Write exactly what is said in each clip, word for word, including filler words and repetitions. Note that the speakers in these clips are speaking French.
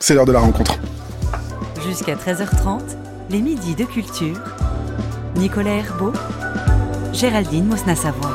c'est l'heure de la rencontre. Jusqu'à treize heures trente, les midis de culture. Nicolas Herbeau, Géraldine Mosna-Savoie.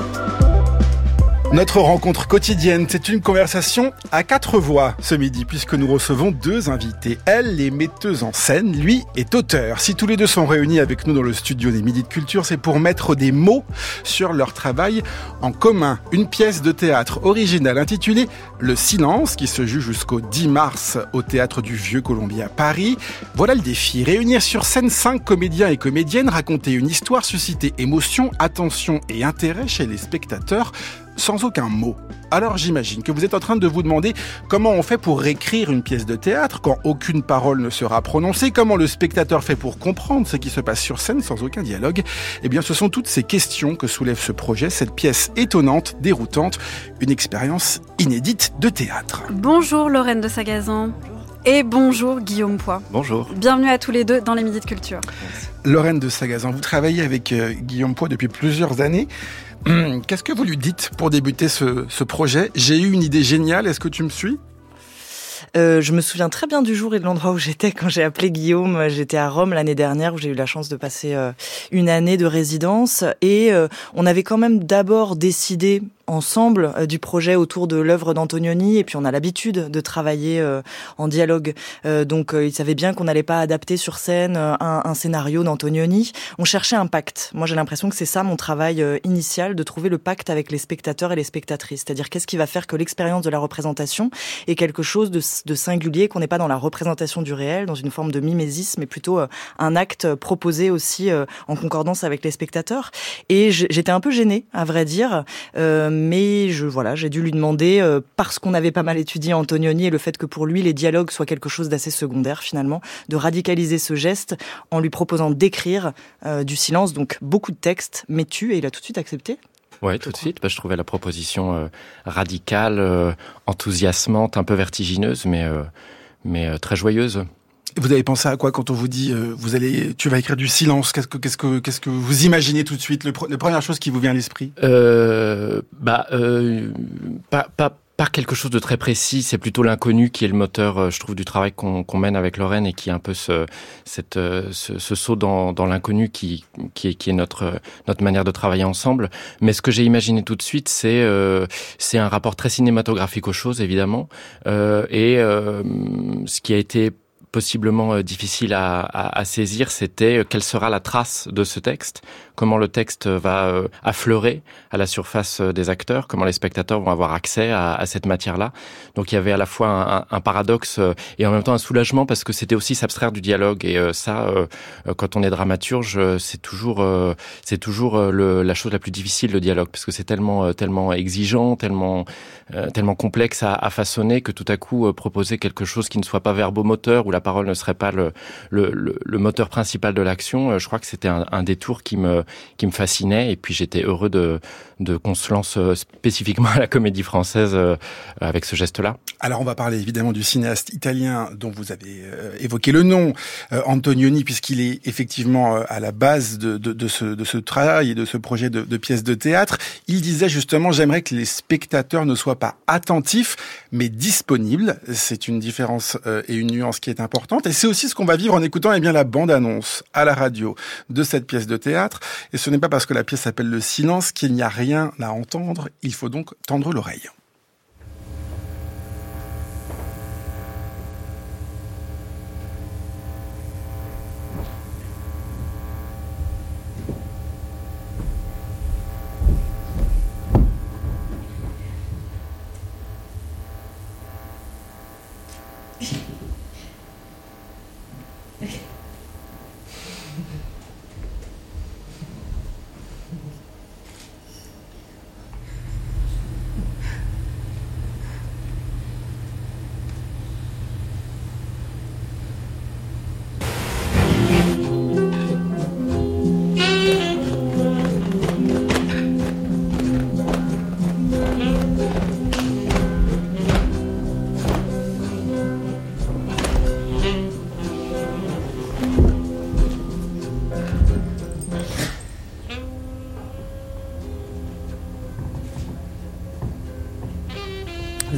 Notre rencontre quotidienne, c'est une conversation à quatre voix ce midi, puisque nous recevons deux invités. Elle est metteuse en scène, lui est auteur. Si tous les deux sont réunis avec nous dans le studio des Midis de Culture, c'est pour mettre des mots sur leur travail en commun. Une pièce de théâtre originale intitulée « Le silence » qui se joue jusqu'au dix mars au Théâtre du Vieux-Colombier à Paris. Voilà le défi, réunir sur scène cinq comédiens et comédiennes, raconter une histoire, susciter émotion, attention et intérêt chez les spectateurs, sans aucun mot. Alors j'imagine que vous êtes en train de vous demander comment on fait pour écrire une pièce de théâtre quand aucune parole ne sera prononcée, comment le spectateur fait pour comprendre ce qui se passe sur scène sans aucun dialogue. Eh bien ce sont toutes ces questions que soulève ce projet, cette pièce étonnante, déroutante, une expérience inédite de théâtre. Bonjour Lorraine de Sagazan. Et bonjour Guillaume Poix. Bonjour. Bienvenue à tous les deux dans les Midis de Culture. Lorraine de Sagazan, vous travaillez avec euh, Guillaume Poix depuis plusieurs années. Qu'est-ce que vous lui dites pour débuter ce, ce projet ? J'ai eu une idée géniale, est-ce que tu me suis ? Euh, je me souviens très bien du jour et de l'endroit où j'étais quand j'ai appelé Guillaume. J'étais à Rome l'année dernière où j'ai eu la chance de passer euh, une année de résidence et euh, on avait quand même d'abord décidé ensemble euh, du projet autour de l'œuvre d'Antonioni et puis on a l'habitude de travailler euh, en dialogue. Euh, donc euh, il savait bien qu'on n'allait pas adapter sur scène euh, un, un scénario d'Antonioni. On cherchait un pacte. Moi j'ai l'impression que c'est ça mon travail euh, initial, de trouver le pacte avec les spectateurs et les spectatrices. C'est-à-dire qu'est-ce qui va faire que l'expérience de la représentation est quelque chose de, de singulier, qu'on n'est pas dans la représentation du réel, dans une forme de mimésis, mais plutôt euh, un acte proposé aussi euh, en concordance avec les spectateurs. Et j'étais un peu gênée, à vrai dire, euh, mais je, voilà, j'ai dû lui demander, euh, parce qu'on avait pas mal étudié Antonioni et le fait que pour lui, les dialogues soient quelque chose d'assez secondaire finalement, de radicaliser ce geste en lui proposant d'écrire euh, du silence, donc beaucoup de textes, mais tu, et il a tout de suite accepté. Oui, tout de suite. Bah, je trouvais la proposition euh, radicale, euh, enthousiasmante, un peu vertigineuse, mais, euh, mais euh, très joyeuse. Vous avez pensé à quoi quand on vous dit euh, vous allez, tu vas écrire du silence ? Qu'est-ce que, qu'est-ce que, qu'est-ce que vous imaginez tout de suite ? Le, La première chose qui vous vient à l'esprit ? euh, Bah, euh, pas, pas, pas quelque chose de très précis. C'est plutôt l'inconnu qui est le moteur, je trouve, du travail qu'on, qu'on mène avec Lorraine et qui est un peu ce, cette, ce, ce saut dans, dans l'inconnu qui, qui est, qui est notre, notre manière de travailler ensemble. Mais ce que j'ai imaginé tout de suite, c'est, euh, c'est un rapport très cinématographique aux choses, évidemment, euh, et euh, ce qui a été possiblement euh, difficile à, à, à saisir, c'était euh, quelle sera la trace de ce texte, comment le texte va euh, affleurer à la surface euh, des acteurs, comment les spectateurs vont avoir accès à, à cette matière-là. Donc il y avait à la fois un, un paradoxe euh, et en même temps un soulagement parce que c'était aussi s'abstraire du dialogue et euh, ça, euh, quand on est dramaturge, euh, c'est toujours, euh, c'est toujours euh, le, la chose la plus difficile, le dialogue, parce que c'est tellement, euh, tellement exigeant, tellement, euh, tellement complexe à, à façonner que tout à coup euh, proposer quelque chose qui ne soit pas verbomoteur ou la parole ne serait pas le, le, le, le moteur principal de l'action, je crois que c'était un, un détour qui me, qui me fascinait et puis j'étais heureux de, de qu'on se lance spécifiquement à la Comédie Française avec ce geste-là. Alors on va parler évidemment du cinéaste italien dont vous avez euh, évoqué le nom, euh, Antonioni, puisqu'il est effectivement euh, à la base de, de, de, ce, de ce travail et de ce projet de, de pièce de théâtre. Il disait justement, j'aimerais que les spectateurs ne soient pas attentifs, mais disponibles. C'est une différence euh, et une nuance qui est importante. Et c'est aussi ce qu'on va vivre en écoutant eh bien, la bande-annonce à la radio de cette pièce de théâtre. Et ce n'est pas parce que la pièce s'appelle Le Silence qu'il n'y a rien à entendre. Il faut donc tendre l'oreille.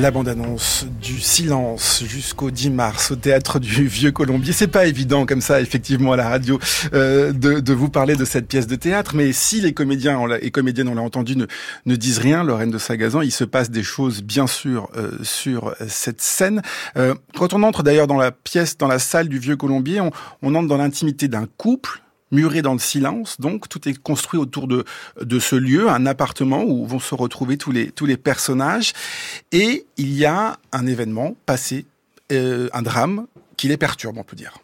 La bande-annonce du Silence jusqu'au dix mars au Théâtre du Vieux-Colombier. C'est pas évident comme ça, effectivement, à la radio, euh, de, de vous parler de cette pièce de théâtre. Mais si les comédiens et comédiennes, on l'a entendu, ne, ne disent rien, Lorraine de Sagazan, il se passe des choses, bien sûr, euh, sur cette scène. Euh, quand on entre d'ailleurs dans la pièce, dans la salle du Vieux-Colombier, on, on entre dans l'intimité d'un couple, muré dans le silence, donc tout est construit autour de de ce lieu, un appartement où vont se retrouver tous les tous les personnages, et il y a un événement passé, euh, un drame qui les perturbe, on peut dire.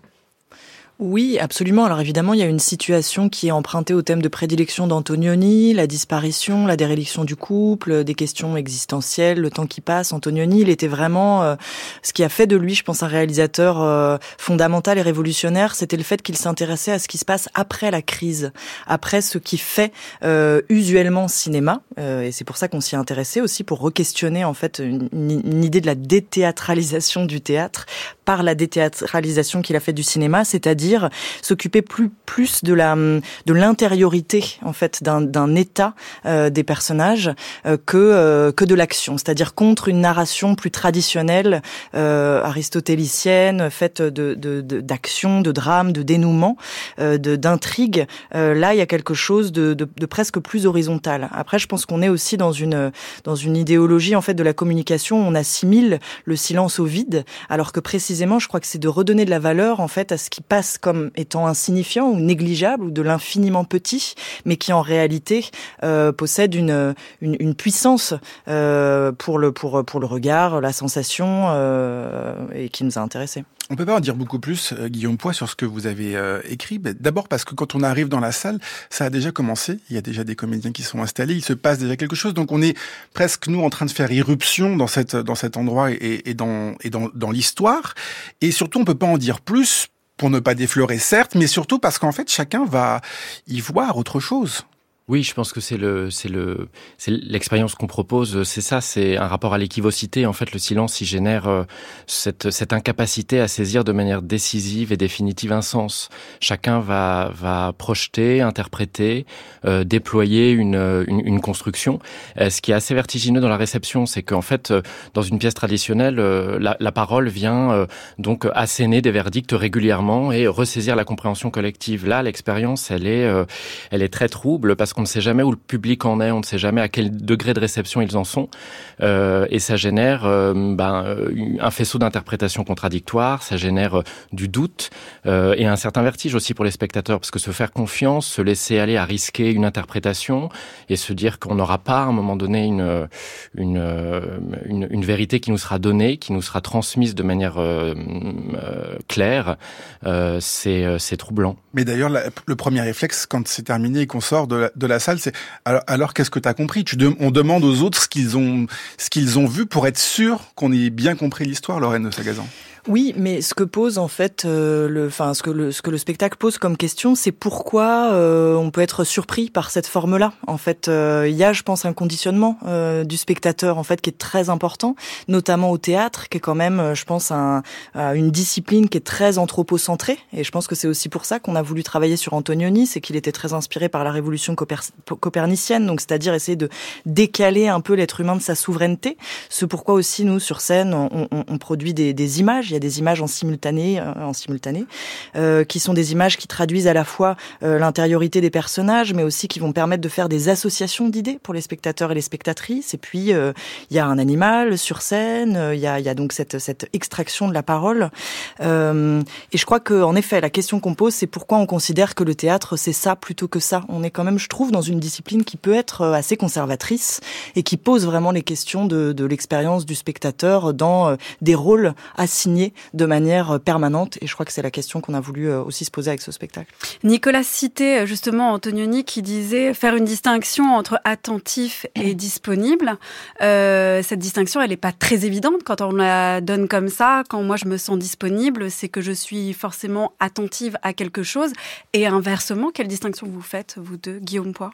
Oui, absolument. Alors évidemment, il y a une situation qui est empruntée au thème de prédilection d'Antonioni, la disparition, la déréliction du couple, des questions existentielles, le temps qui passe. Antonioni, il était vraiment... Euh, ce qui a fait de lui, je pense, un réalisateur euh, fondamental et révolutionnaire, c'était le fait qu'il s'intéressait à ce qui se passe après la crise, après ce qui fait euh, usuellement cinéma. Euh, et c'est pour ça qu'on s'y intéressait aussi, pour re-questionner en fait une, une idée de la déthéâtralisation du théâtre par la déthéâtralisation qu'il a fait du cinéma, c'est-à-dire s'occuper plus plus de la de l'intériorité en fait d'un d'un état euh, des personnages euh, que euh, que de l'action, c'est-à-dire contre une narration plus traditionnelle euh, aristotélicienne, faite de de de d'action, de drame, de dénouement, euh, de d'intrigue. Euh, là, il y a quelque chose de, de de presque plus horizontal. Après, je pense qu'on est aussi dans une dans une idéologie en fait de la communication. On assimile le silence au vide, alors que précisément, je crois que c'est de redonner de la valeur en fait à ce qui passe comme étant insignifiant ou négligeable ou de l'infiniment petit, mais qui en réalité euh, possède une, une, une puissance euh, pour le pour pour le regard, la sensation euh, et qui nous a intéressés. On peut pas en dire beaucoup plus, euh, Guillaume Poix, sur ce que vous avez euh, écrit. D'abord parce que quand on arrive dans la salle, ça a déjà commencé. Il y a déjà des comédiens qui sont installés. Il se passe déjà quelque chose. Donc on est presque nous en train de faire irruption dans cette dans cet endroit et, et dans et dans dans l'histoire. Et surtout, on peut pas en dire plus pour ne pas déflorer, certes, mais surtout parce qu'en fait, chacun va y voir autre chose. Oui, je pense que c'est le, c'est le, c'est l'expérience qu'on propose. C'est ça, c'est un rapport à l'équivocité. En fait, le silence, il génère euh, cette, cette incapacité à saisir de manière décisive et définitive un sens. Chacun va, va projeter, interpréter, euh, déployer une, une, une construction. Euh, ce qui est assez vertigineux dans la réception, c'est qu'en fait, euh, dans une pièce traditionnelle, euh, la, la parole vient euh, donc asséner des verdicts régulièrement et ressaisir la compréhension collective. Là, l'expérience, elle est, euh, elle est très trouble parce que on ne sait jamais où le public en est, on ne sait jamais à quel degré de réception ils en sont, euh, et ça génère euh, ben, un faisceau d'interprétations contradictoires, ça génère euh, du doute euh, et un certain vertige aussi pour les spectateurs, parce que se faire confiance, se laisser aller à risquer une interprétation et se dire qu'on n'aura pas à un moment donné une, une, une, une vérité qui nous sera donnée, qui nous sera transmise de manière euh, euh, claire, euh, c'est, c'est troublant. Mais d'ailleurs, la, le premier réflexe, quand c'est terminé et qu'on sort de la, de la salle, c'est alors, alors qu'est-ce que tu as compris? Tu de, On demande aux autres ce qu'ils ont, ce qu'ils ont vu pour être sûr qu'on ait bien compris l'histoire, Lorraine de Sagazan. Oui, mais ce que pose en fait, euh, le, enfin ce que le ce que le spectacle pose comme question, c'est pourquoi euh, on peut être surpris par cette forme-là. En fait, euh, il y a, je pense, un conditionnement euh, du spectateur en fait qui est très important, notamment au théâtre, qui est quand même, je pense, un, une discipline qui est très anthropocentrée. Et je pense que c'est aussi pour ça qu'on a voulu travailler sur Antonioni, c'est qu'il était très inspiré par la révolution copers- copernicienne, donc c'est-à-dire essayer de décaler un peu l'être humain de sa souveraineté. C'est pourquoi aussi nous sur scène, on, on, on produit des, des images. Il y a des images en simultané, euh, en simultané, euh, qui sont des images qui traduisent à la fois euh, l'intériorité des personnages, mais aussi qui vont permettre de faire des associations d'idées pour les spectateurs et les spectatrices. Et puis il euh, y a un animal sur scène, il euh, y, a, y a donc cette, cette extraction de la parole. Euh, et je crois que en effet, la question qu'on pose, c'est pourquoi on considère que le théâtre c'est ça plutôt que ça. On est quand même, je trouve, dans une discipline qui peut être assez conservatrice et qui pose vraiment les questions de, de l'expérience du spectateur dans euh, des rôles assignés de manière permanente, et je crois que c'est la question qu'on a voulu aussi se poser avec ce spectacle. Nicolas citait justement Antonioni qui disait faire une distinction entre attentif et disponible. Euh, cette distinction, elle n'est pas très évidente quand on la donne comme ça. Quand moi je me sens disponible, c'est que je suis forcément attentive à quelque chose, et inversement, quelle distinction vous faites, vous deux, Guillaume Poix?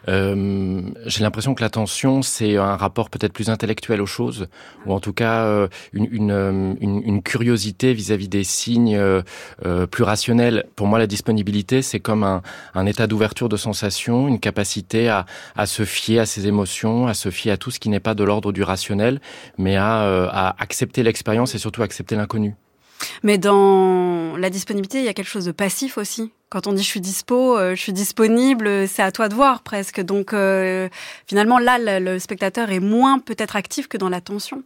euh, J'ai l'impression que l'attention, c'est un rapport peut-être plus intellectuel aux choses, ou en tout cas euh, une, une, une, une curiosité vis-à-vis des signes euh, euh, plus rationnels. Pour moi, la disponibilité, c'est comme un, un état d'ouverture de sensation, une capacité à, à se fier à ses émotions, à se fier à tout ce qui n'est pas de l'ordre du rationnel, mais à, euh, à accepter l'expérience et surtout accepter l'inconnu. Mais dans la disponibilité, il y a quelque chose de passif aussi. Quand on dit je suis dispo, euh, je suis disponible, c'est à toi de voir presque. Donc euh, finalement, là, le, le spectateur est moins peut-être actif que dans l'attention.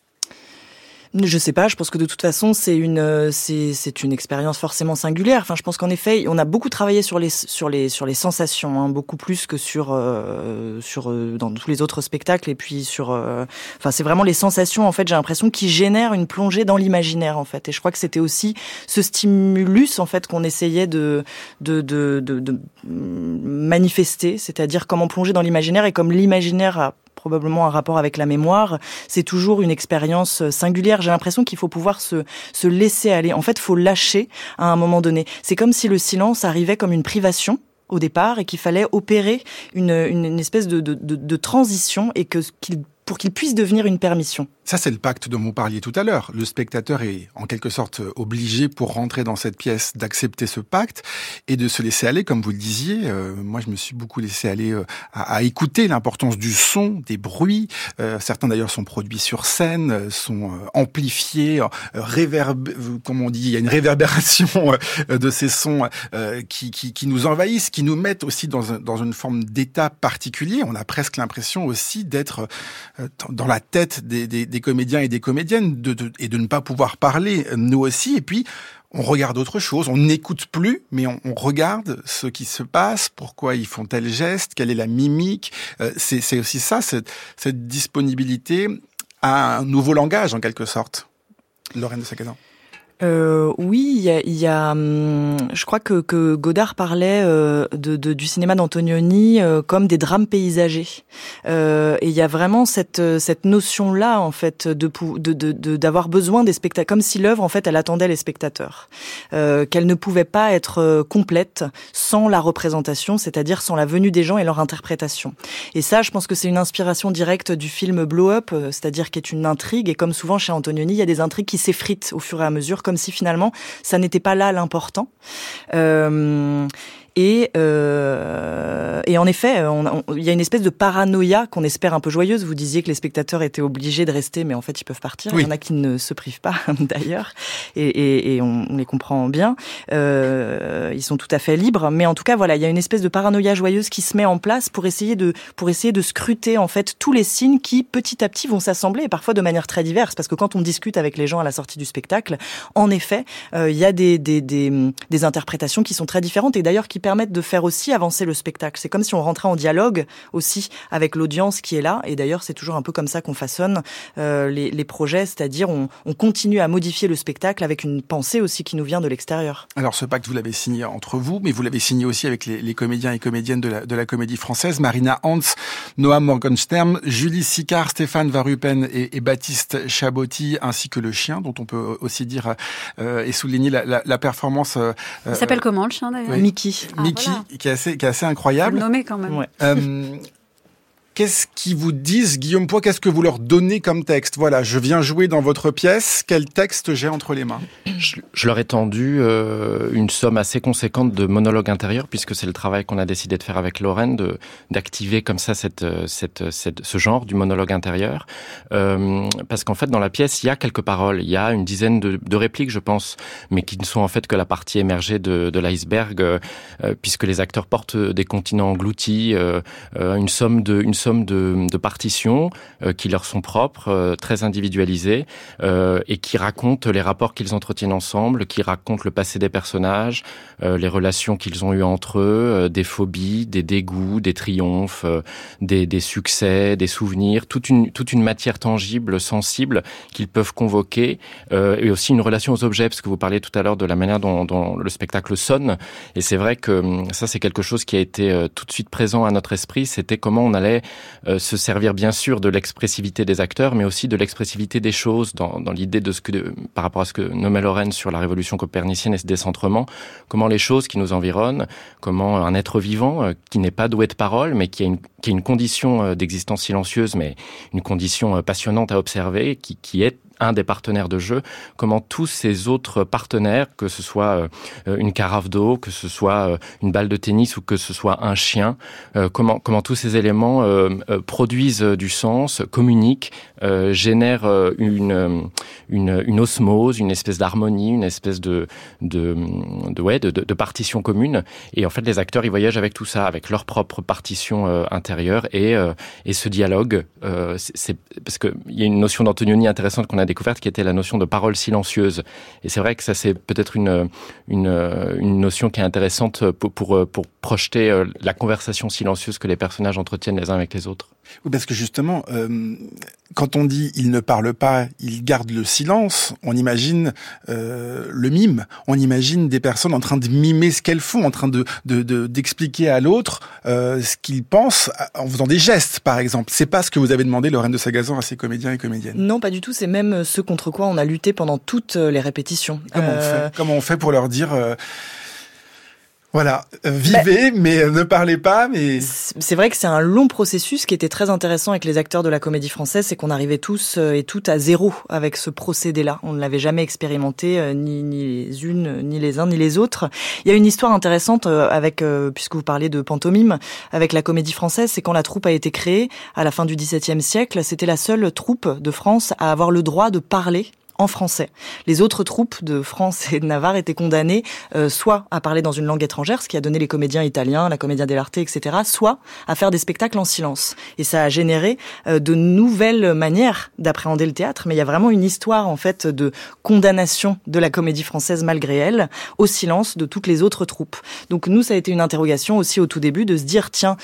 Je sais pas, je pense que de toute façon, c'est une, c'est, c'est une expérience forcément singulière. Enfin, je pense qu'en effet, on a beaucoup travaillé sur les, sur les, sur les sensations, hein, beaucoup plus que sur, euh, sur, euh, dans tous les autres spectacles. Et puis sur, euh, enfin, c'est vraiment les sensations, en fait, j'ai l'impression, qui génèrent une plongée dans l'imaginaire, en fait. Et je crois que c'était aussi ce stimulus, en fait, qu'on essayait de, de, de, de, de manifester, c'est-à-dire comment plonger dans l'imaginaire et comme l'imaginaire a probablement un rapport avec la mémoire, c'est toujours une expérience singulière. J'ai l'impression qu'il faut pouvoir se, se laisser aller. En fait, il faut lâcher à un moment donné. C'est comme si le silence arrivait comme une privation au départ et qu'il fallait opérer une, une, une espèce de, de, de, de transition et que, qu'il, pour qu'il puisse devenir une permission. Ça, c'est le pacte dont vous parliez tout à l'heure. Le spectateur est en quelque sorte obligé, pour rentrer dans cette pièce, d'accepter ce pacte et de se laisser aller, comme vous le disiez. Euh, moi, je me suis beaucoup laissé aller euh, à, à écouter l'importance du son, des bruits. Euh, certains, d'ailleurs, sont produits sur scène, sont euh, amplifiés, euh, réverb... comme on dit, il y a une réverbération euh, de ces sons euh, qui, qui, qui nous envahissent, qui nous mettent aussi dans, un, dans une forme d'état particulier. On a presque l'impression aussi d'être euh, dans la tête des, des des comédiens et des comédiennes de, de, et de ne pas pouvoir parler, nous aussi. Et puis, on regarde autre chose, on n'écoute plus, mais on, on regarde ce qui se passe, pourquoi ils font tel geste, quelle est la mimique. Euh, c'est, c'est aussi ça, cette, cette disponibilité à un nouveau langage, en quelque sorte. Lorraine de Sacazan. Euh, oui, il y a, il y a hum, je crois que, que Godard parlait euh, de, de, du cinéma d'Antonioni euh, comme des drames paysagers. Euh, et il y a vraiment cette, cette notion-là, en fait, de, de, de, de, d'avoir besoin des spectateurs, comme si l'œuvre, en fait, elle attendait les spectateurs. Euh, qu'elle ne pouvait pas être complète sans la représentation, c'est-à-dire sans la venue des gens et leur interprétation. Et ça, je pense que c'est une inspiration directe du film Blow Up, c'est-à-dire qui est une intrigue. Et comme souvent chez Antonioni, il y a des intrigues qui s'effritent au fur et à mesure, comme si finalement ça n'était pas là l'important. Euh, Et, euh, et en effet, il y a une espèce de paranoïa qu'on espère un peu joyeuse. Vous disiez que les spectateurs étaient obligés de rester, mais en fait, ils peuvent partir. Oui. Il y en a qui ne se privent pas, d'ailleurs, et, et, et on, on les comprend bien. Euh, ils sont tout à fait libres, mais en tout cas, voilà, il y a une espèce de paranoïa joyeuse qui se met en place pour essayer de, pour essayer de scruter en fait tous les signes qui, petit à petit, vont s'assembler, et parfois de manière très diverse, parce que quand on discute avec les gens à la sortie du spectacle, en effet, euh, il y a des, des, des, des interprétations qui sont très différentes, et d'ailleurs qui permettent de faire aussi avancer le spectacle. C'est comme si on rentrait en dialogue aussi avec l'audience qui est là. Et d'ailleurs, c'est toujours un peu comme ça qu'on façonne euh, les, les projets, c'est-à-dire on, on continue à modifier le spectacle avec une pensée aussi qui nous vient de l'extérieur. Alors ce pacte, vous l'avez signé entre vous, mais vous l'avez signé aussi avec les, les comédiens et comédiennes de la, de la comédie française, Marina Hans, Noam Morgenstern, Julie Sicard, Stéphane Varupen et, et Baptiste Chabotti, ainsi que le chien, dont on peut aussi dire euh, et souligner la, la, la performance. Euh, Il s'appelle comment le chien d'ailleurs? Oui. Mickey. Ah, Mickey, voilà. qui est assez, qui est assez incroyable. Faut le nommer quand même. Ouais. Euh, Qu'est-ce qu'ils vous disent, Guillaume Poix? Qu'est-ce que vous leur donnez comme texte? Voilà, je viens jouer dans votre pièce. Quel texte j'ai entre les mains? Je, je leur ai tendu euh, une somme assez conséquente de monologues intérieurs, puisque c'est le travail qu'on a décidé de faire avec Lorraine, de, d'activer comme ça cette, cette, cette, ce genre du monologue intérieur. Euh, parce qu'en fait, dans la pièce, il y a quelques paroles. Il y a une dizaine de, de répliques, je pense, mais qui ne sont en fait que la partie émergée de, de l'iceberg, euh, puisque les acteurs portent des continents engloutis, euh, une somme de... Une somme de, de partitions euh, qui leur sont propres, euh, très individualisées, euh, et qui racontent les rapports qu'ils entretiennent ensemble, qui racontent le passé des personnages, euh, les relations qu'ils ont eues entre eux, euh, des phobies, des dégoûts, des triomphes, euh, des, des succès, des souvenirs, toute une, toute une matière tangible, sensible, qu'ils peuvent convoquer, euh, et aussi une relation aux objets, parce que vous parliez tout à l'heure de la manière dont, dont le spectacle sonne, et c'est vrai que ça, c'est quelque chose qui a été euh, tout de suite présent à notre esprit, c'était comment on allait Euh, se servir bien sûr de l'expressivité des acteurs, mais aussi de l'expressivité des choses, dans, dans l'idée de ce que, de, par rapport à ce que nommait Lorraine sur la révolution copernicienne et ce décentrement, comment les choses qui nous environnent, comment un être vivant euh, qui n'est pas doué de parole, mais qui a une, qui a une condition euh, d'existence silencieuse, mais une condition euh, passionnante à observer, qui, qui est un des partenaires de jeu, comment tous ces autres partenaires, que ce soit euh, une carafe d'eau, que ce soit euh, une balle de tennis ou que ce soit un chien, euh, comment, comment tous ces éléments euh, euh, produisent du sens, communiquent, euh, génèrent euh, une, une, une osmose, une espèce d'harmonie, une espèce de, de, de, ouais, de, de, de partition commune. Et en fait, les acteurs, ils voyagent avec tout ça, avec leur propre partition euh, intérieure et, euh, et ce dialogue. Euh, c'est, c'est, parce qu'il y a une notion d'Antonioni intéressante qu'on a découverte qui était la notion de parole silencieuse. Et c'est vrai que ça, c'est peut-être une, une, une notion qui est intéressante pour, pour, pour projeter la conversation silencieuse que les personnages entretiennent les uns avec les autres. Oui, parce que justement, euh, quand on dit « il ne parle pas, il garde le silence », on imagine euh, le mime, on imagine des personnes en train de mimer ce qu'elles font, en train de, de, de d'expliquer à l'autre euh, ce qu'ils pensent en faisant des gestes, par exemple. C'est pas ce que vous avez demandé, Lorraine de Sagazan, à ces comédiens et comédiennes. Non, pas du tout. C'est même ce contre quoi on a lutté pendant toutes les répétitions. Comment euh... on fait Comment on fait pour leur dire euh, Voilà, euh, vivez, bah, mais euh, ne parlez pas. Mais c'est vrai que c'est un long processus. Ce qui était très intéressant avec les acteurs de la Comédie Française, c'est qu'on arrivait tous et toutes à zéro avec ce procédé-là. On ne l'avait jamais expérimenté, euh, ni, ni les unes, ni les uns, ni les autres. Il y a une histoire intéressante euh, avec, euh, puisque vous parlez de pantomime, avec la Comédie Française, c'est quand la troupe a été créée à la fin du dix-septième siècle, c'était la seule troupe de France à avoir le droit de parler en français. Les autres troupes de France et de Navarre étaient condamnées euh, soit à parler dans une langue étrangère, ce qui a donné les comédiens italiens, la Commedia dell'arte, et cetera, soit à faire des spectacles en silence. Et ça a généré euh, de nouvelles manières d'appréhender le théâtre, mais il y a vraiment une histoire en fait de condamnation de la Comédie Française malgré elle, au silence de toutes les autres troupes. Donc nous, ça a été une interrogation aussi au tout début de se dire, tiens,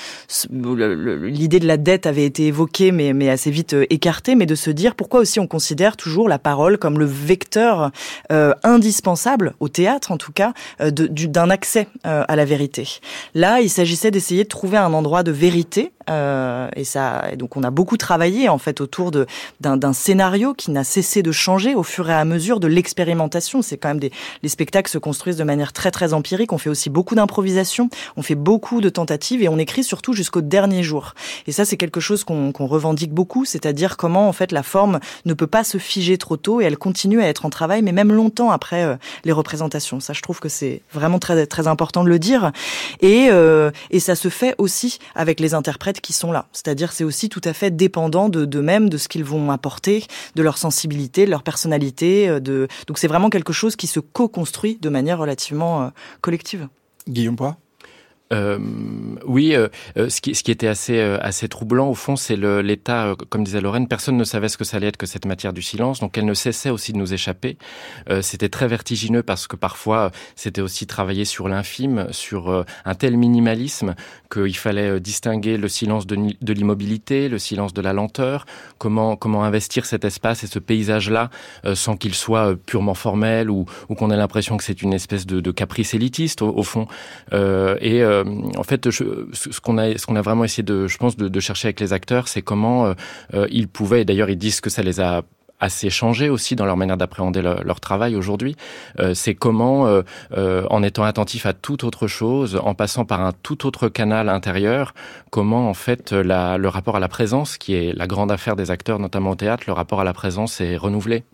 l'idée de la dette avait été évoquée, mais, mais assez vite écartée, mais de se dire pourquoi aussi on considère toujours la parole comme le vecteur euh, indispensable au théâtre, en tout cas, euh, de, du, d'un accès euh, à la vérité. Là, il s'agissait d'essayer de trouver un endroit de vérité, euh, et ça, et donc on a beaucoup travaillé en fait autour de d'un, d'un scénario qui n'a cessé de changer au fur et à mesure de l'expérimentation. C'est quand même des les spectacles se construisent de manière très très empirique. On fait aussi beaucoup d'improvisation, on fait beaucoup de tentatives et on écrit surtout jusqu'au dernier jour. Et ça, c'est quelque chose qu'on, qu'on revendique beaucoup, c'est-à-dire comment en fait la forme ne peut pas se figer trop tôt et elle continue à être en travail, mais même longtemps après euh, les représentations. Ça, je trouve que c'est vraiment très très important de le dire. Et euh, et ça se fait aussi avec les interprètes qui sont là. C'est-à-dire, c'est aussi tout à fait dépendant de d'eux-mêmes, de ce qu'ils vont apporter, de leur sensibilité, de leur personnalité. De donc c'est vraiment quelque chose qui se co-construit de manière relativement euh, collective. Guillaume Poix. Euh, oui, euh, ce, qui, ce qui était assez, euh, assez troublant au fond, c'est le, l'état, euh, comme disait Lorraine, personne ne savait ce que ça allait être que cette matière du silence, donc elle ne cessait aussi de nous échapper. Euh, c'était très vertigineux parce que parfois c'était aussi travailler sur l'infime, sur euh, un tel minimalisme qu'il fallait distinguer le silence de, de l'immobilité, le silence de la lenteur, comment, comment investir cet espace et ce paysage-là euh, sans qu'il soit purement formel ou, ou qu'on ait l'impression que c'est une espèce de, de caprice élitiste au, au fond. Euh, et euh, en fait, je, ce qu'on a, ce qu'on a vraiment essayé de, je pense, de, de chercher avec les acteurs, c'est comment euh, euh, ils pouvaient, et d'ailleurs ils disent que ça les a assez changé aussi dans leur manière d'appréhender leur, leur travail aujourd'hui. Euh, c'est comment, euh, euh, en étant attentif à toute autre chose, en passant par un tout autre canal intérieur, comment en fait la, le rapport à la présence, qui est la grande affaire des acteurs, notamment au théâtre, le rapport à la présence est renouvelé.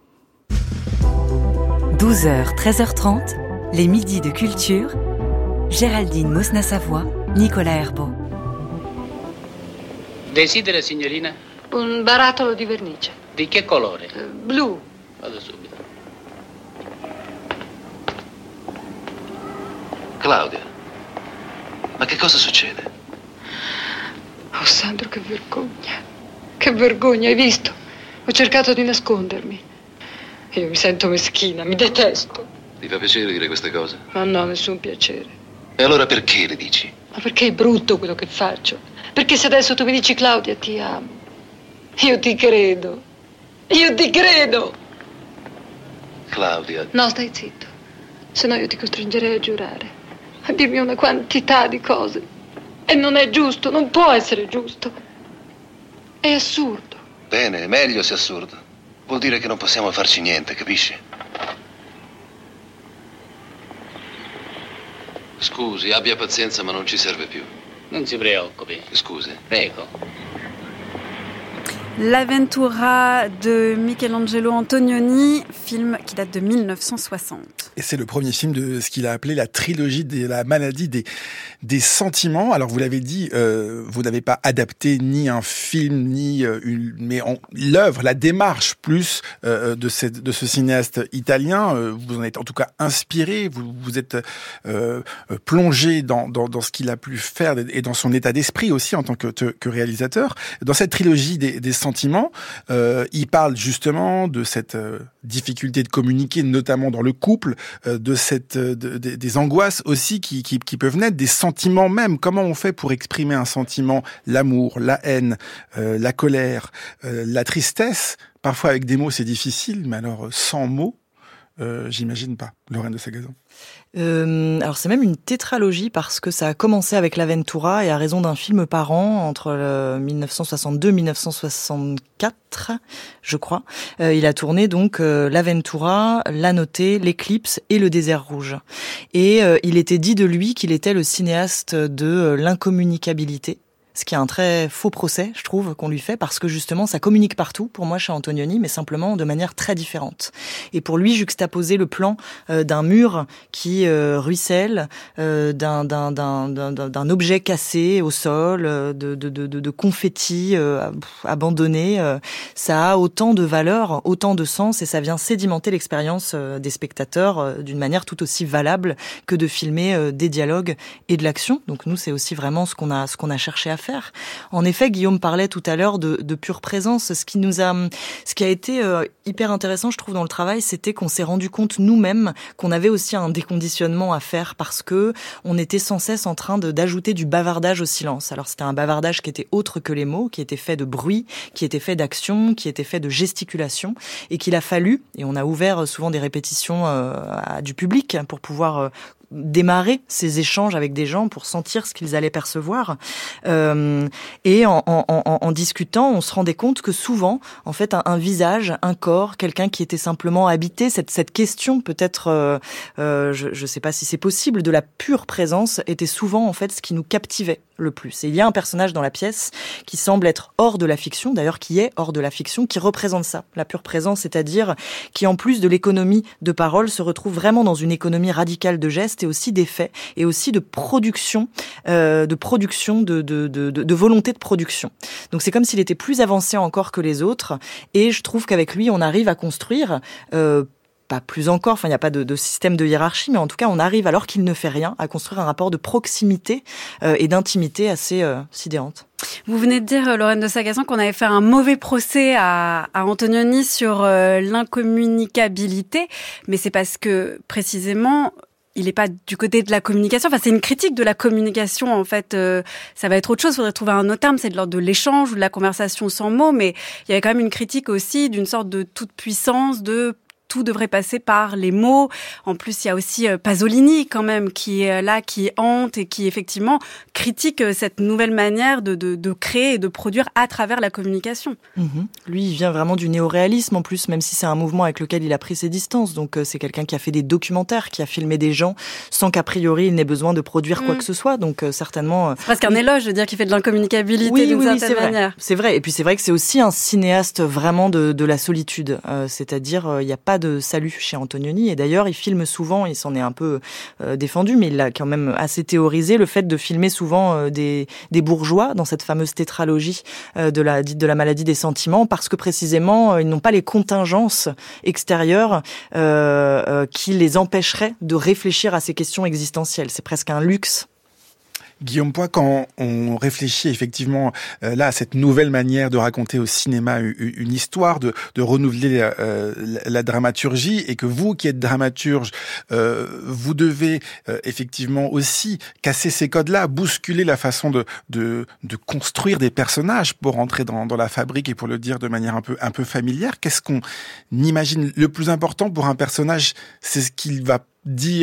douze heures, treize heures trente, les midis de culture. Géraldine Mosna-Savoie, Nicolas Herbeau. Desidera, signorina? Un barattolo di vernice. Di che colore? Uh, blu. Vado subito. Claudia, ma che cosa succede? Oh, Sandro, che vergogna. Che vergogna, hai visto? Ho cercato di nascondermi. Io mi sento meschina, mi detesto. Ti fa piacere dire queste cose? Ma no, nessun piacere. E allora perché le dici? Ma perché è brutto quello che faccio. Perché se adesso tu mi dici Claudia ti amo, io ti credo. Io ti credo. Claudia. No, stai zitto. Se no io ti costringerei a giurare. A dirmi una quantità di cose. E non è giusto, non può essere giusto. È assurdo. Bene, meglio se assurdo. Vuol dire che non possiamo farci niente, capisci? Scusi, abbia pazienza, ma non ci serve più. Non si preoccupi. Scusi. Prego. L'Avventura de Michelangelo Antonioni, film qui date de mille neuf cent soixante. Et c'est le premier film de ce qu'il a appelé la trilogie de la maladie des, des sentiments. Alors vous l'avez dit, euh, vous n'avez pas adapté ni un film, ni euh, une, mais en, l'œuvre, la démarche plus euh, de, cette, de ce cinéaste italien. Euh, vous en êtes en tout cas inspiré, vous vous êtes euh, plongé dans, dans, dans ce qu'il a pu faire et dans son état d'esprit aussi en tant que, que réalisateur. Dans cette trilogie des, des sentiments, euh, il parle justement de cette euh, difficulté de communiquer, notamment dans le couple, euh, de cette euh, de, de, des angoisses aussi qui, qui qui peuvent naître, des sentiments même. Comment on fait pour exprimer un sentiment, l'amour, la haine, euh, la colère, euh, la tristesse. Parfois avec des mots c'est difficile, mais alors sans mots, euh, j'imagine pas. Lorraine de Sagazan. Euh, alors c'est même une tétralogie parce que ça a commencé avec l'Avventura et à raison d'un film par an entre le mille neuf cent soixante-deux et mille neuf cent soixante-quatre, je crois. Euh, il a tourné donc euh, l'Avventura, La Notée, L'Éclipse et Le Désert Rouge. Et euh, il était dit de lui qu'il était le cinéaste de euh, l'incommunicabilité. Ce qui est un très faux procès, je trouve, qu'on lui fait, parce que justement, ça communique partout, pour moi, chez Antonioni, mais simplement de manière très différente. Et pour lui, juxtaposer le plan euh, d'un mur qui euh, ruisselle, euh, d'un, d'un, d'un, d'un, d'un objet cassé au sol, euh, de, de, de, de confettis euh, abandonnés, euh, ça a autant de valeur, autant de sens, et ça vient sédimenter l'expérience euh, des spectateurs euh, d'une manière tout aussi valable que de filmer euh, des dialogues et de l'action. Donc nous, c'est aussi vraiment ce qu'on a, ce qu'on a cherché à faire. En effet, Guillaume parlait tout à l'heure de, de pure présence. Ce qui nous a, ce qui a été euh, hyper intéressant, je trouve, dans le travail, c'était qu'on s'est rendu compte nous-mêmes qu'on avait aussi un déconditionnement à faire parce que on était sans cesse en train de, d'ajouter du bavardage au silence. Alors c'était un bavardage qui était autre que les mots, qui était fait de bruit, qui était fait d'action, qui était fait de gesticulation, et qu'il a fallu, et on a ouvert souvent des répétitions euh, à du public pour pouvoir euh, démarrer ces échanges avec des gens pour sentir ce qu'ils allaient percevoir. Euh, et en, en, en, en discutant, on se rendait compte que souvent, en fait, un, un visage, un corps, quelqu'un qui était simplement habité, cette, cette question peut-être, euh, euh, je ne sais pas si c'est possible, de la pure présence, était souvent en fait ce qui nous captivait le plus. Et il y a un personnage dans la pièce qui semble être hors de la fiction, d'ailleurs qui est hors de la fiction, qui représente ça, la pure présence, c'est-à-dire qui en plus de l'économie de parole se retrouve vraiment dans une économie radicale de gestes et aussi d'effets et aussi de production, euh, de production, de, de, de, de, de volonté de production. Donc c'est comme s'il était plus avancé encore que les autres et je trouve qu'avec lui on arrive à construire euh, pas plus encore, enfin il n'y a pas de, de système de hiérarchie, mais en tout cas on arrive alors qu'il ne fait rien à construire un rapport de proximité euh, et d'intimité assez euh, sidérante. Vous venez de dire, Lorraine de Sagazan, qu'on avait fait un mauvais procès à, à Antonioni sur euh, l'incommunicabilité, mais c'est parce que précisément il n'est pas du côté de la communication. Enfin, c'est une critique de la communication, en fait. Euh, ça va être autre chose. Il faudrait trouver un autre terme. C'est de l'ordre de l'échange ou de la conversation sans mots. Mais il y avait quand même une critique aussi d'une sorte de toute puissance, de tout devrait passer par les mots. En plus, il y a aussi Pasolini quand même qui est là, qui hante et qui effectivement critique cette nouvelle manière de, de, de créer et de produire à travers la communication. Mmh. Lui, il vient vraiment du néoréalisme en plus, même si c'est un mouvement avec lequel il a pris ses distances. Donc c'est quelqu'un qui a fait des documentaires, qui a filmé des gens sans qu'a priori il n'ait besoin de produire mmh. quoi que ce soit. Donc certainement... C'est presque un éloge de dire qu'il fait de l'incommunicabilité oui, d'une oui, certaine oui, c'est manière. Vrai. C'est vrai. Et puis c'est vrai que c'est aussi un cinéaste vraiment de, de la solitude. Euh, c'est-à-dire, il euh, n'y a pas de salut chez Antonioni, et d'ailleurs il filme souvent, il s'en est un peu euh, défendu, mais il l'a quand même assez théorisé, le fait de filmer souvent euh, des, des bourgeois dans cette fameuse tétralogie euh, de la dite de la maladie des sentiments, parce que précisément euh, ils n'ont pas les contingences extérieures euh, euh, qui les empêcheraient de réfléchir à ces questions existentielles. C'est presque un luxe. Guillaume Poix, quand on réfléchit effectivement euh, là à cette nouvelle manière de raconter au cinéma une, une histoire, de, de renouveler euh, la, la dramaturgie, et que vous qui êtes dramaturge, euh, vous devez euh, effectivement aussi casser ces codes-là, bousculer la façon de, de, de construire des personnages pour entrer dans, dans la fabrique et pour le dire de manière un peu, un peu familière. Qu'est-ce qu'on imagine le plus important pour un personnage? C'est ce qu'il va dire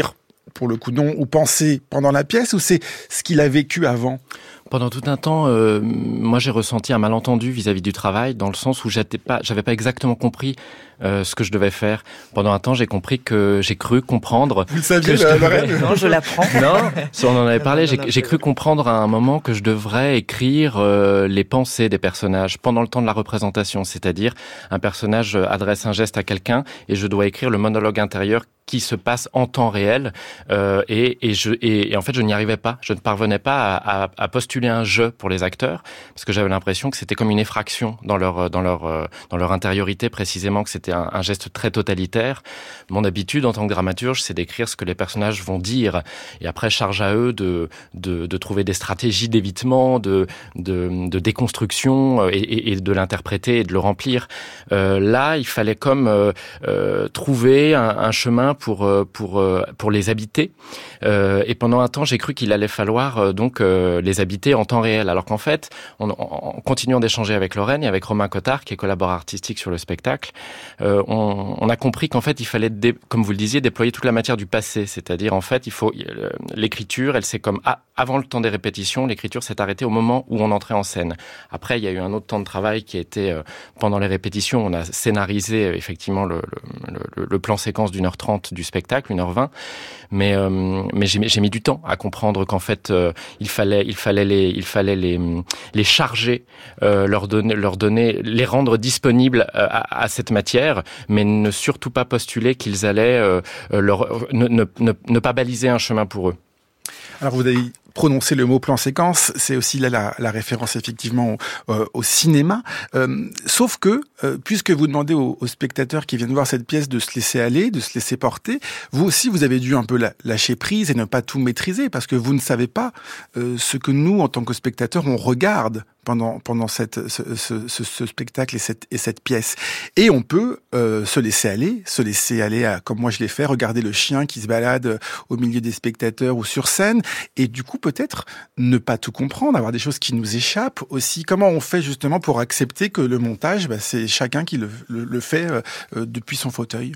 pour le coup, non, ou pensé pendant la pièce, ou c'est ce qu'il a vécu avant ? Pendant tout un temps, euh, moi j'ai ressenti un malentendu vis-à-vis du travail, dans le sens où j'étais pas, j'avais pas exactement compris euh, ce que je devais faire. Pendant un temps, j'ai compris que j'ai cru comprendre. Vous le saviez, que je devais... Non, je l'apprends. Non, on en avait parlé. J'ai, j'ai cru comprendre à un moment que je devrais écrire euh, les pensées des personnages pendant le temps de la représentation, c'est-à-dire un personnage adresse un geste à quelqu'un et je dois écrire le monologue intérieur qui se passe en temps réel euh, et, et, je, et, et en fait je n'y arrivais pas, je ne parvenais pas à, à, à postuler un jeu pour les acteurs parce que j'avais l'impression que c'était comme une effraction dans leur dans leur dans leur intériorité précisément, que c'était un, un geste très totalitaire. Mon habitude en tant que dramaturge, c'est d'écrire ce que les personnages vont dire et après charge à eux de de, de trouver des stratégies d'évitement, de de, de déconstruction et, et, et de l'interpréter et de le remplir. Euh, là, il fallait comme euh, euh, trouver un, un chemin pour pour pour les habiter euh, et pendant un temps j'ai cru qu'il allait falloir euh, donc euh, les habiter en temps réel, alors qu'en fait en, en continuant d'échanger avec Lorraine et avec Romain Cottard qui est collaborateur artistique sur le spectacle, euh, on, on a compris qu'en fait il fallait dé, comme vous le disiez déployer toute la matière du passé, c'est-à-dire en fait il faut euh, l'écriture elle s'est comme ah, avant le temps des répétitions, l'écriture s'est arrêtée au moment où on entrait en scène. Après il y a eu un autre temps de travail qui a été euh, pendant les répétitions, on a scénarisé euh, effectivement le, le, le, le plan séquence d'une heure trente du spectacle, une heure vingt, mais euh, mais j'ai, j'ai mis du temps à comprendre qu'en fait euh, il fallait il fallait les il fallait les les charger, euh, leur donner leur donner les rendre disponibles à, à cette matière, mais ne surtout pas postuler qu'ils allaient euh, leur ne, ne ne ne pas baliser un chemin pour eux. Alors vous avez prononcer le mot plan séquence, c'est aussi là la, la référence effectivement au, euh, au cinéma. Euh, sauf que, euh, puisque vous demandez aux, aux spectateurs qui viennent voir cette pièce de se laisser aller, de se laisser porter, vous aussi vous avez dû un peu la, lâcher prise et ne pas tout maîtriser, parce que vous ne savez pas euh, ce que nous, en tant que spectateurs, on regarde pendant pendant cette ce, ce, ce, ce spectacle et cette et cette pièce. Et on peut euh, se laisser aller, se laisser aller à, comme moi je l'ai fait, regarder le chien qui se balade au milieu des spectateurs ou sur scène, et du coup peut-être ne pas tout comprendre, avoir des choses qui nous échappent aussi. Comment on fait justement pour accepter que le montage, bah, c'est chacun qui le, le, le fait euh, depuis son fauteuil?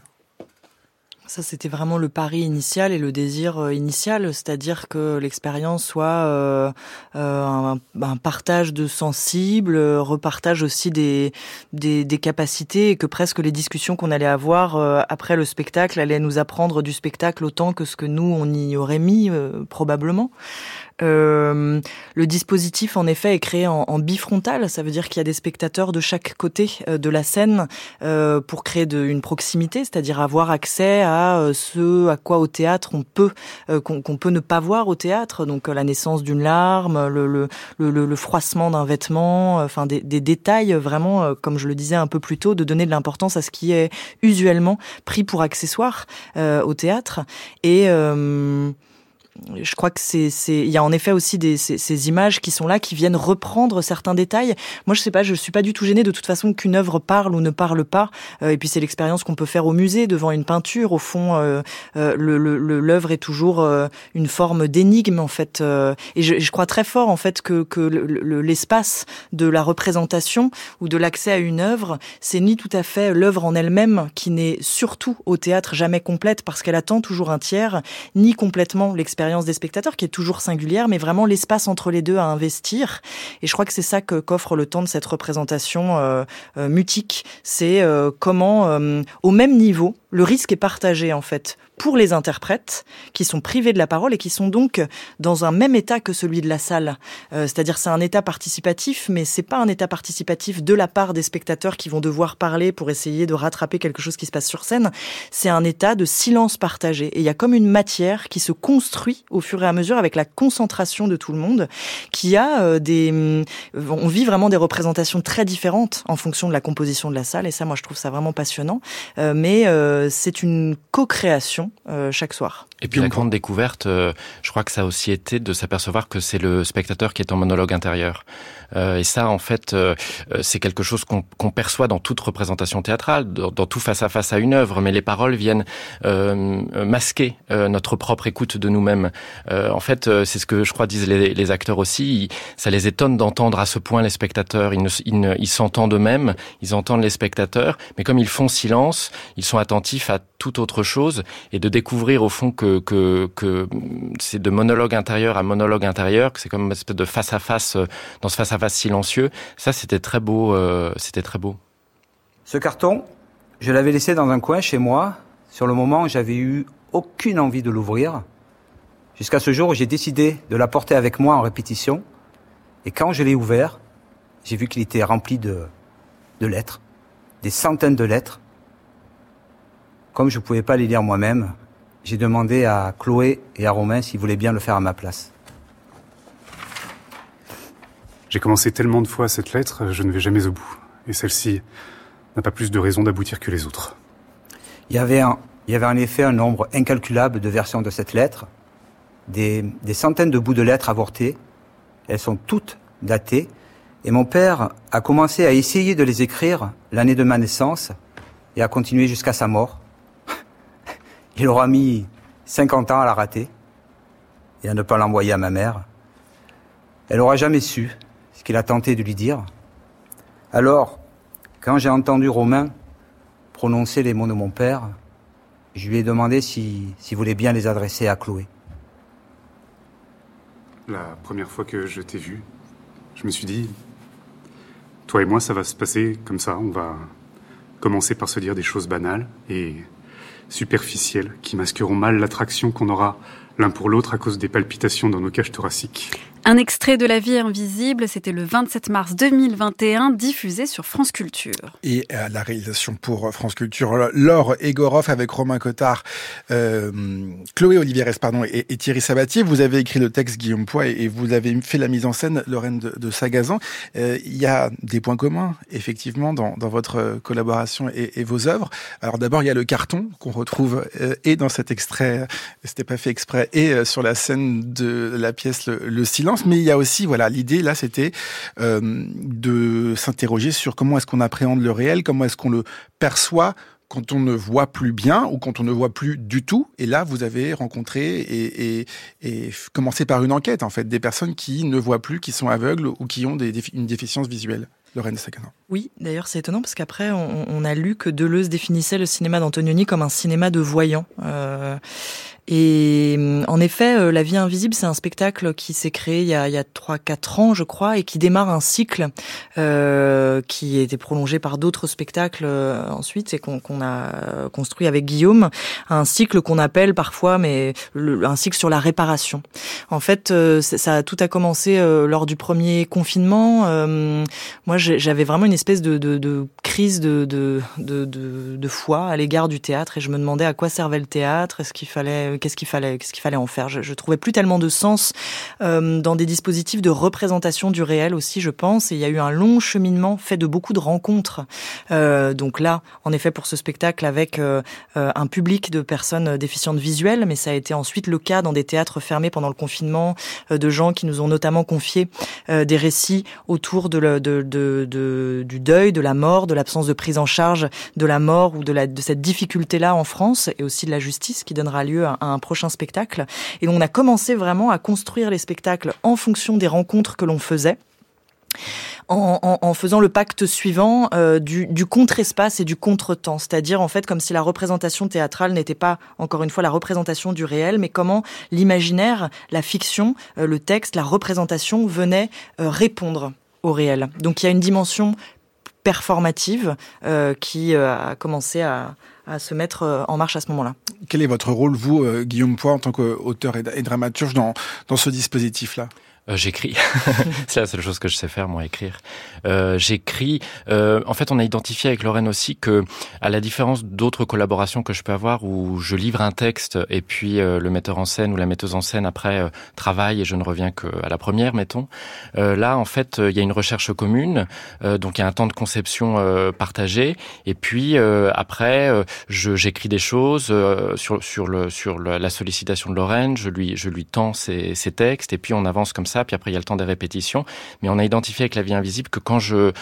Ça, c'était vraiment le pari initial et le désir initial, c'est-à-dire que l'expérience soit euh, euh, un, un partage de sensibles, repartage aussi des, des, des capacités, et que presque les discussions qu'on allait avoir euh, après le spectacle allaient nous apprendre du spectacle autant que ce que nous, on y aurait mis, euh, probablement. Euh, le dispositif, en effet, est créé en, en bifrontal. Ça veut dire qu'il y a des spectateurs de chaque côté euh, de la scène euh, pour créer de, une proximité, c'est-à-dire avoir accès à euh, ce à quoi au théâtre on peut euh, qu'on, qu'on peut ne pas voir au théâtre. Donc euh, la naissance d'une larme, le, le, le, le froissement d'un vêtement, euh, enfin des, des détails vraiment, euh, comme je le disais un peu plus tôt, de donner de l'importance à ce qui est usuellement pris pour accessoire euh, au théâtre. Et euh, je crois que c'est, c'est, il y a en effet aussi des, ces, ces images qui sont là, qui viennent reprendre certains détails. Moi, je sais pas, je suis pas du tout gênée de toute façon qu'une œuvre parle ou ne parle pas. Euh, et puis c'est l'expérience qu'on peut faire au musée devant une peinture. Au fond, euh, euh, le, le, l'œuvre est toujours euh, une forme d'énigme en fait. Euh, et je, je crois très fort en fait que, que le, le, l'espace de la représentation ou de l'accès à une œuvre, c'est ni tout à fait l'œuvre en elle-même qui n'est surtout au théâtre jamais complète parce qu'elle attend toujours un tiers, ni complètement l'expérience des spectateurs qui est toujours singulière, mais vraiment l'espace entre les deux à investir. Et je crois que c'est ça que qu'offre le temps de cette représentation euh, euh, mutique. C'est euh, comment, euh, au même niveau, le risque est partagé en fait pour les interprètes qui sont privés de la parole et qui sont donc dans un même état que celui de la salle. Euh, c'est-à-dire c'est un état participatif, mais c'est pas un état participatif de la part des spectateurs qui vont devoir parler pour essayer de rattraper quelque chose qui se passe sur scène. C'est un état de silence partagé. Et il y a comme une matière qui se construit au fur et à mesure avec la concentration de tout le monde, qui a euh, des... On vit vraiment des représentations très différentes en fonction de la composition de la salle. Et ça, moi, je trouve ça vraiment passionnant. Euh, mais euh, c'est une co-création Euh, chaque soir. Et puis la grande découverte, euh, je crois que ça a aussi été de s'apercevoir que c'est le spectateur qui est en monologue intérieur. Euh, et ça, en fait, euh, c'est quelque chose qu'on, qu'on perçoit dans toute représentation théâtrale, dans, dans tout face à face à une œuvre, mais les paroles viennent euh, masquer euh, notre propre écoute de nous-mêmes. Euh, en fait, euh, c'est ce que je crois disent les, les acteurs aussi. Ils, ça les étonne d'entendre à ce point les spectateurs. Ils, ne, ils, ne, ils s'entendent eux-mêmes, ils entendent les spectateurs, mais comme ils font silence, ils sont attentifs attentif à toute autre chose et de découvrir au fond que que que c'est de monologue intérieur à monologue intérieur, que c'est comme une espèce de face à face dans ce face à face silencieux. Ça, c'était très beau. Euh, c'était très beau. Ce carton, je l'avais laissé dans un coin chez moi. Sur le moment, j'avais eu aucune envie de l'ouvrir. Jusqu'à ce jour où j'ai décidé de l'apporter avec moi en répétition. Et quand je l'ai ouvert, j'ai vu qu'il était rempli de, de lettres, des centaines de lettres. Comme je ne pouvais pas les lire moi-même, j'ai demandé à Chloé et à Romain s'ils voulaient bien le faire à ma place. J'ai commencé tellement de fois cette lettre, je ne vais jamais au bout. Et celle-ci n'a pas plus de raison d'aboutir que les autres. Il y avait, un, il y avait en effet un nombre incalculable de versions de cette lettre, des, des centaines de bouts de lettres avortés. Elles sont toutes datées. Et mon père a commencé à essayer de les écrire l'année de ma naissance et a continué jusqu'à sa mort. Il aura mis cinquante ans à la rater et à ne pas l'envoyer à ma mère. Elle n'aura jamais su ce qu'il a tenté de lui dire. Alors, quand j'ai entendu Romain prononcer les mots de mon père, je lui ai demandé s'il si, si voulait bien les adresser à Chloé. La première fois que je t'ai vu, je me suis dit, toi et moi, ça va se passer comme ça. On va commencer par se dire des choses banales et superficielles qui masqueront mal l'attraction qu'on aura l'un pour l'autre à cause des palpitations dans nos cages thoraciques. Un extrait de La vie invisible, c'était le vingt-sept mars deux mille vingt et un, diffusé sur France Culture. Et à la réalisation pour France Culture, Laure Egoroff avec Romain Cottard, euh, Chloé Olivieres pardon, et, et Thierry Sabatier. Vous avez écrit le texte, Guillaume Poix, et, et vous avez fait la mise en scène, Lorraine de, de Sagazan. Euh, il y a des points communs, effectivement, dans, dans votre collaboration et, et vos œuvres. Alors d'abord, il y a le carton qu'on retrouve euh, et dans cet extrait, c'était pas fait exprès, et euh, sur la scène de la pièce Le, le Silence. Mais il y a aussi, voilà, l'idée là, c'était euh, de s'interroger sur comment est-ce qu'on appréhende le réel, comment est-ce qu'on le perçoit quand on ne voit plus bien ou quand on ne voit plus du tout. Et là, vous avez rencontré et, et, et commencé par une enquête, en fait, des personnes qui ne voient plus, qui sont aveugles ou qui ont des, une déficience visuelle. Lorraine de Sagazan. Oui, d'ailleurs c'est étonnant parce qu'après on, on a lu que Deleuze définissait le cinéma d'Antonioni comme un cinéma de voyants. Euh, et en effet, La vie invisible, c'est un spectacle qui s'est créé il y a, il y a trois quatre ans, je crois, et qui démarre un cycle euh, qui a été prolongé par d'autres spectacles euh, ensuite et qu'on, qu'on a construit avec Guillaume. Un cycle qu'on appelle parfois, mais le, un cycle sur la réparation. En fait, euh, ça tout a commencé euh, lors du premier confinement. Euh, moi, j'avais vraiment une espèce de, de, de crise de, de, de, de, de foi à l'égard du théâtre et je me demandais à quoi servait le théâtre, est-ce qu'il fallait, qu'est-ce qu'il fallait, qu'est-ce qu'il fallait en faire. Je, je trouvais plus tellement de sens euh, dans des dispositifs de représentation du réel aussi, je pense. Et il y a eu un long cheminement fait de beaucoup de rencontres. Euh, donc là, en effet, pour ce spectacle avec euh, un public de personnes déficientes visuelles, mais ça a été ensuite le cas dans des théâtres fermés pendant le confinement, euh, de gens qui nous ont notamment confié euh, des récits autour de, le, de, de, de du deuil, de la mort, de l'absence de prise en charge de la mort ou de, la, de cette difficulté-là en France et aussi de la justice qui donnera lieu à, à un prochain spectacle. Et donc on a commencé vraiment à construire les spectacles en fonction des rencontres que l'on faisait. En, en, en faisant le pacte suivant euh, du, du contre-espace et du contre-temps, c'est-à-dire en fait comme si la représentation théâtrale n'était pas, encore une fois, la représentation du réel, mais comment l'imaginaire, la fiction, euh, le texte, la représentation venaient euh, répondre au réel. Donc il y a une dimension performative euh, qui euh, a commencé à, à se mettre en marche à ce moment-là. Quel est votre rôle, vous, euh, Guillaume Poix, en tant qu'auteur et, et dramaturge dans, dans ce dispositif-là ? Euh, j'écris. C'est la seule chose que je sais faire, moi, écrire. Euh, j'écris. Euh, en fait, on a identifié avec Lorraine aussi que, à la différence d'autres collaborations que je peux avoir, où je livre un texte et puis euh, le metteur en scène ou la metteuse en scène après euh, travaille et je ne reviens qu'à la première, mettons. Euh, là, en fait, il y a une recherche commune, euh, donc il y a un temps de conception euh, partagé. Et puis euh, après, euh, je, j'écris des choses euh, sur sur le sur le, la sollicitation de Lorraine. Je lui je lui tends ses, ses textes et puis on avance comme ça. Puis après, il y a le temps des répétitions. Mais on a identifié avec La vie invisible que quand je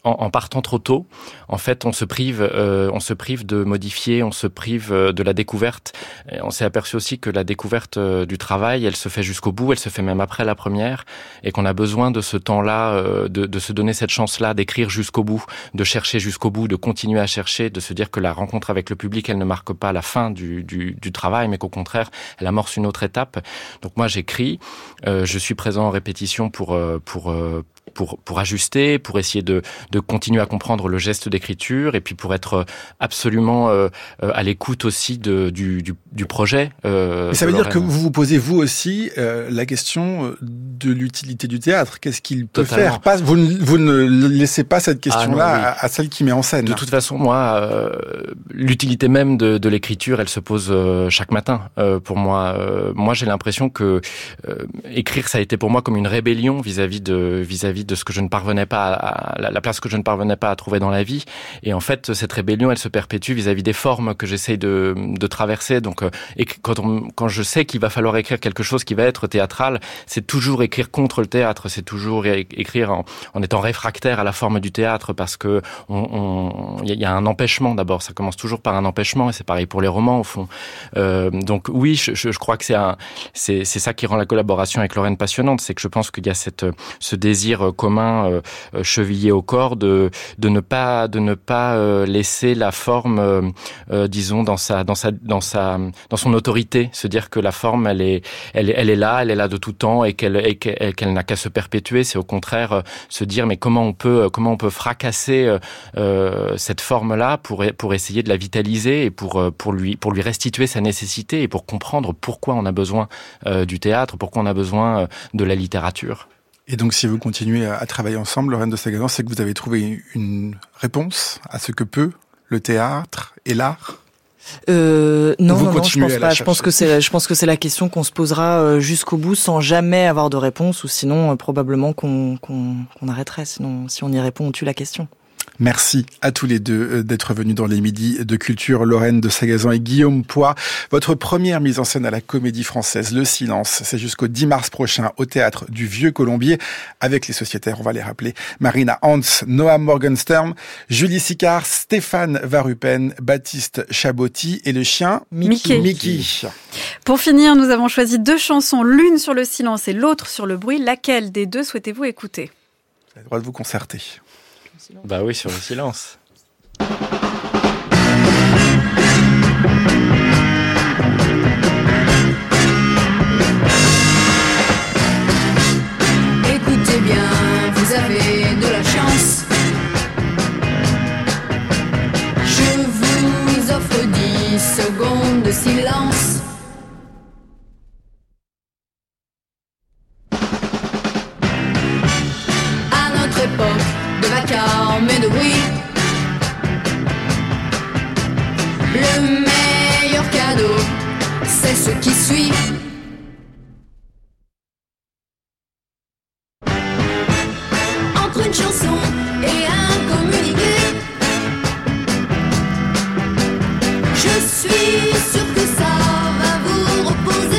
en, en partant trop tôt, en fait, on se prive, euh, on se prive de modifier, on se prive de la découverte. Et on s'est aperçu aussi que la découverte du travail, elle se fait jusqu'au bout, elle se fait même après la première, et qu'on a besoin de ce temps-là, euh, de, de se donner cette chance-là, d'écrire jusqu'au bout, de chercher jusqu'au bout, de continuer à chercher, de se dire que la rencontre avec le public, elle ne marque pas la fin du, du, du travail, mais qu'au contraire, elle amorce une autre étape. Donc moi, j'écris, euh, je suis présent en répétition pour euh, pour euh, pour pour ajuster, pour essayer de de continuer à comprendre le geste d'écriture, et puis pour être absolument euh, à l'écoute aussi de du du, du projet. Euh, Mais ça veut dire que vous vous posez vous aussi euh, la question de l'utilité du théâtre. Qu'est-ce qu'il peut Totalement. faire? Pas, vous ne vous ne laissez pas cette question-là ah non, oui. à, à celle qui met en scène. De toute façon, moi, euh, l'utilité même de, de l'écriture, elle se pose euh, chaque matin. Euh, pour moi, euh, moi, j'ai l'impression que euh, écrire, ça a été pour moi comme une rébellion vis-à-vis de vis-à-vis de ce que je ne parvenais pas à, à la place que je ne parvenais pas à trouver dans la vie. Et en fait, cette rébellion, elle se perpétue vis-à-vis des formes que j'essaye de, de traverser. Donc, euh, et quand on, quand je sais qu'il va falloir écrire quelque chose qui va être théâtral, c'est toujours écrire contre le théâtre. C'est toujours é- écrire en, en étant réfractaire à la forme du théâtre, parce que on, il y a un empêchement d'abord. Ça commence toujours par un empêchement, et c'est pareil pour les romans au fond. Euh, donc oui, je, je, je crois que c'est un, c'est, c'est ça qui rend la collaboration avec Lorraine passionnante, c'est que je pense qu'il y a cette, ce désir commun euh, chevillé au corps de, de ne pas, de ne pas euh, laisser la forme, euh, euh, disons, dans sa, dans sa, dans sa, dans son autorité, se dire que la forme, elle est, elle est, elle est là, elle est là de tout temps, et qu'elle, et qu'elle, et qu'elle n'a qu'à se perpétuer. C'est au contraire euh, se dire, mais comment on peut, comment on peut fracasser euh, euh, cette forme-là pour, pour essayer de la vitaliser et pour, pour lui, pour lui restituer sa nécessité, et pour comprendre pourquoi on a besoin euh, du théâtre, pourquoi on a besoin euh, de la littérature. Et donc, si vous continuez à travailler ensemble, Lorraine de Sagazan, c'est que vous avez trouvé une réponse à ce que peut le théâtre et l'art? Euh, non, vous non, non, je pense pas. Je pense que c'est, je pense que c'est la question qu'on se posera jusqu'au bout sans jamais avoir de réponse, ou sinon euh, probablement qu'on, qu'on, qu'on arrêterait. Sinon, si on y répond, on tue la question. Merci à tous les deux d'être venus dans les Midis de Culture, Lorraine de Sagazan et Guillaume Poix. Votre première mise en scène à la Comédie Française, Le Silence, c'est jusqu'au dix mars prochain au Théâtre du Vieux Colombier, avec les sociétaires, on va les rappeler, Marina Hans, Noam Morgenstern, Julie Sicard, Stéphane Varupen, Baptiste Chabotti et le chien Mickey. Mickey. Pour finir, nous avons choisi deux chansons, l'une sur le silence et l'autre sur le bruit. Laquelle des deux souhaitez-vous écouter? Vous avez le droit de vous concerter. Bah oui, sur le silence. Écoutez bien, vous avez de la chance. Je vous offre dix secondes de silence. À notre époque de vacarme et de bruit, le meilleur cadeau, c'est ce qui suit. Entre une chanson et un communiqué, je suis sûre que ça va vous reposer.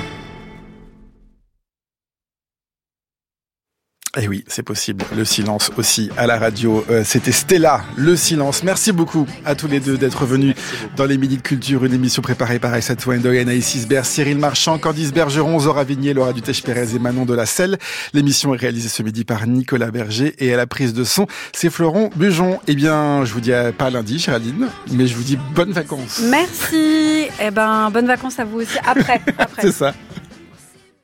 Et oui, c'est possible. Le silence aussi à la radio. Euh, c'était Stella, Le Silence. Merci beaucoup à tous les deux d'être venus dans les Midis de Culture, une émission préparée par Aïssa Touendoy, Anaïs Isbert, Cyril Marchand, Candice Bergeron, Zora Vignier, Laura Dutèche-Pérez et Manon de la Selle. L'émission est réalisée ce midi par Nicolas Berger, et à la prise de son, c'est Florent Bujon. Eh bien, je vous dis pas lundi, Géraldine, mais je vous dis bonnes vacances. Merci. Eh ben, bonnes vacances à vous aussi. Après. après. C'est ça.